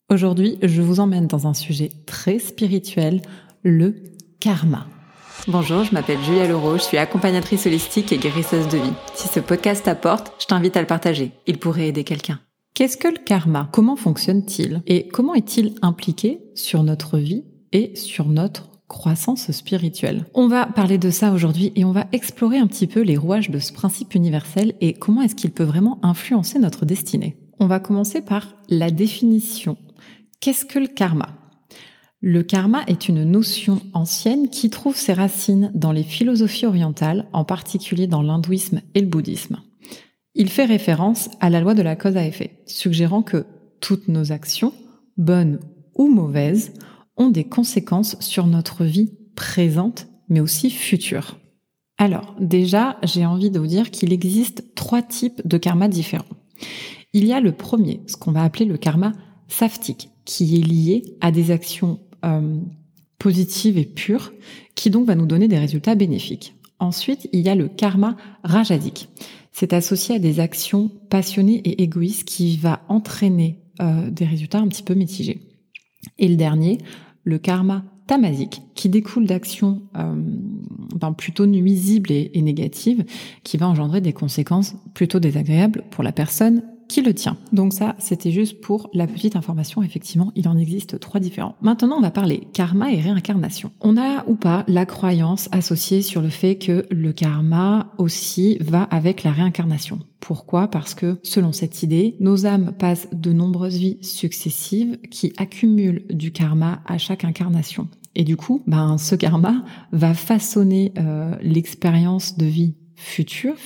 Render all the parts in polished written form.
Aujourd'hui, je vous emmène dans un sujet très spirituel, le karma. Bonjour, je m'appelle Julia Leroux, je suis accompagnatrice holistique et guérisseuse de vie. Si ce podcast t'apporte, je t'invite à le partager. Il pourrait aider quelqu'un. Qu'est-ce que le karma? Comment fonctionne-t-il? Et comment est-il impliqué sur notre vie et sur notre croissance spirituelle? On va parler de ça aujourd'hui et on va explorer un petit peu les rouages de ce principe universel et comment est-ce qu'il peut vraiment influencer notre destinée. On va commencer par la définition. Qu'est-ce que le karma? Le karma est une notion ancienne qui trouve ses racines dans les philosophies orientales, en particulier dans l'hindouisme et le bouddhisme. Il fait référence à la loi de la cause à effet, suggérant que toutes nos actions, bonnes ou mauvaises, ont des conséquences sur notre vie présente, mais aussi future. Alors, déjà, j'ai envie de vous dire qu'il existe 3 types de karma différents. Il y a le premier, ce qu'on va appeler le karma saptique, qui est lié à des actions positives et pures, qui donc va nous donner des résultats bénéfiques. Ensuite, il y a le karma rajasique. C'est associé à des actions passionnées et égoïstes qui va entraîner des résultats un petit peu mitigés. Et le dernier, le karma tamasique, qui découle d'actions plutôt nuisibles et négatives, qui va engendrer des conséquences plutôt désagréables pour la personne qui le tient. Donc ça, c'était juste pour la petite information. Effectivement, il en existe 3 différents. Maintenant, on va parler karma et réincarnation. On a ou pas la croyance associée sur le fait que le karma aussi va avec la réincarnation. Pourquoi? Parce que, selon cette idée, nos âmes passent de nombreuses vies successives qui accumulent du karma à chaque incarnation. Et du coup, ce karma va façonner l'expérience de vie future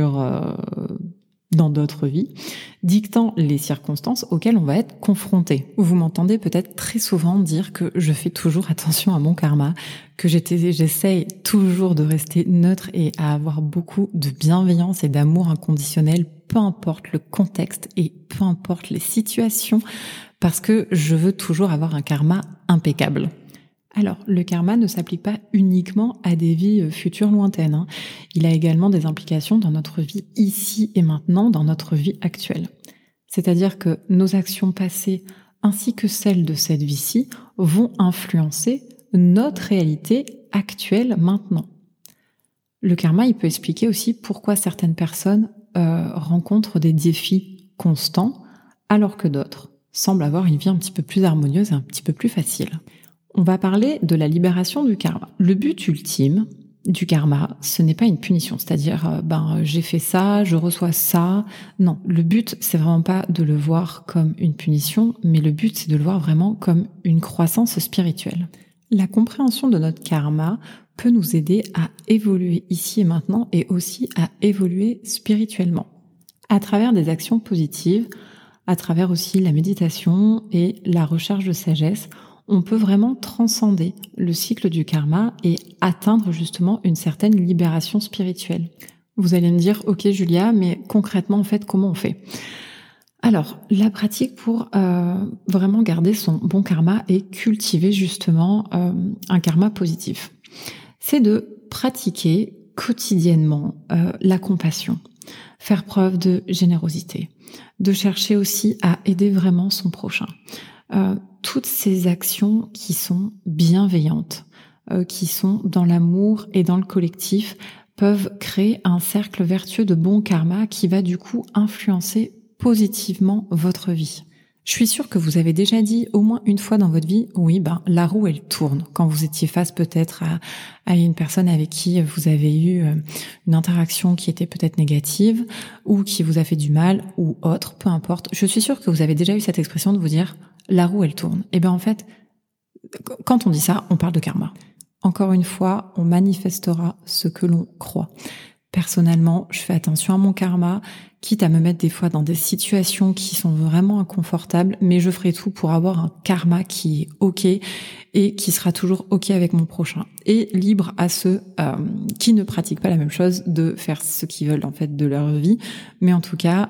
dans d'autres vies, dictant les circonstances auxquelles on va être confronté. Vous m'entendez peut-être très souvent dire que je fais toujours attention à mon karma, que j'essaye toujours de rester neutre et à avoir beaucoup de bienveillance et d'amour inconditionnel, peu importe le contexte et peu importe les situations, parce que je veux toujours avoir un karma impeccable. Alors, le karma ne s'applique pas uniquement à des vies futures lointaines. Il a également des implications dans notre vie ici et maintenant, dans notre vie actuelle. C'est-à-dire que nos actions passées ainsi que celles de cette vie-ci vont influencer notre réalité actuelle maintenant. Le karma, il peut expliquer aussi pourquoi certaines personnes rencontrent des défis constants alors que d'autres semblent avoir une vie un petit peu plus harmonieuse et un petit peu plus facile. On va parler de la libération du karma. Le but ultime du karma, ce n'est pas une punition, c'est-à-dire j'ai fait ça, je reçois ça. Non, le but c'est vraiment pas de le voir comme une punition, mais le but c'est de le voir vraiment comme une croissance spirituelle. La compréhension de notre karma peut nous aider à évoluer ici et maintenant et aussi à évoluer spirituellement à travers des actions positives, à travers aussi la méditation et la recherche de sagesse. On peut vraiment transcender le cycle du karma et atteindre justement une certaine libération spirituelle. Vous allez me dire, ok Julia, mais concrètement en fait, comment on fait? Alors, la pratique pour vraiment garder son bon karma et cultiver justement un karma positif, c'est de pratiquer quotidiennement la compassion, faire preuve de générosité, de chercher aussi à aider vraiment son prochain. Toutes ces actions qui sont bienveillantes, qui sont dans l'amour et dans le collectif, peuvent créer un cercle vertueux de bon karma qui va du coup influencer positivement votre vie. Je suis sûre que vous avez déjà dit au moins une fois dans votre vie, oui, la roue elle tourne. Quand vous étiez face peut-être à une personne avec qui vous avez eu une interaction qui était peut-être négative ou qui vous a fait du mal ou autre, peu importe. Je suis sûre que vous avez déjà eu cette expression de vous dire la roue elle tourne. Et en fait, quand on dit ça, on parle de karma. Encore une fois, on manifestera ce que l'on croit. Personnellement, je fais attention à mon karma, quitte à me mettre des fois dans des situations qui sont vraiment inconfortables, mais je ferai tout pour avoir un karma qui est ok et qui sera toujours ok avec mon prochain. Et libre à ceux qui ne pratiquent pas la même chose de faire ce qu'ils veulent en fait de leur vie. Mais en tout cas,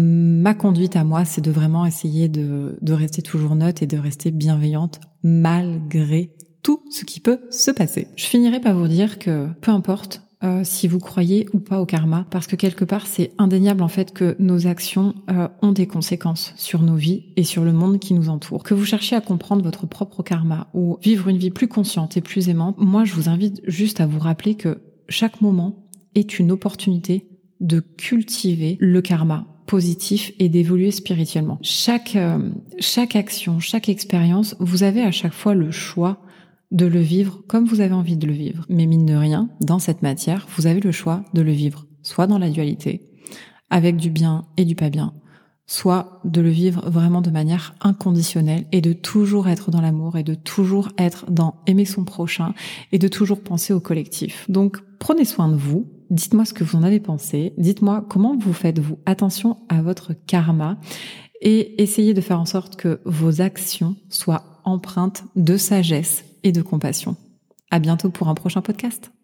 ma conduite à moi, c'est de vraiment essayer de rester toujours neutre et de rester bienveillante malgré tout ce qui peut se passer. Je finirai par vous dire que peu importe si vous croyez ou pas au karma, parce que quelque part c'est indéniable en fait que nos actions ont des conséquences sur nos vies et sur le monde qui nous entoure. Que vous cherchiez à comprendre votre propre karma ou vivre une vie plus consciente et plus aimante, moi je vous invite juste à vous rappeler que chaque moment est une opportunité de cultiver le karma positif et d'évoluer spirituellement. Chaque action, chaque expérience, vous avez à chaque fois le choix de le vivre comme vous avez envie de le vivre. Mais mine de rien, dans cette matière, vous avez le choix de le vivre soit dans la dualité, avec du bien et du pas bien, soit de le vivre vraiment de manière inconditionnelle et de toujours être dans l'amour et de toujours être dans aimer son prochain et de toujours penser au collectif. Donc, prenez soin de vous. Dites-moi ce que vous en avez pensé. Dites-moi comment vous faites-vous attention à votre karma et essayez de faire en sorte que vos actions soient empreintes de sagesse et de compassion. À bientôt pour un prochain podcast.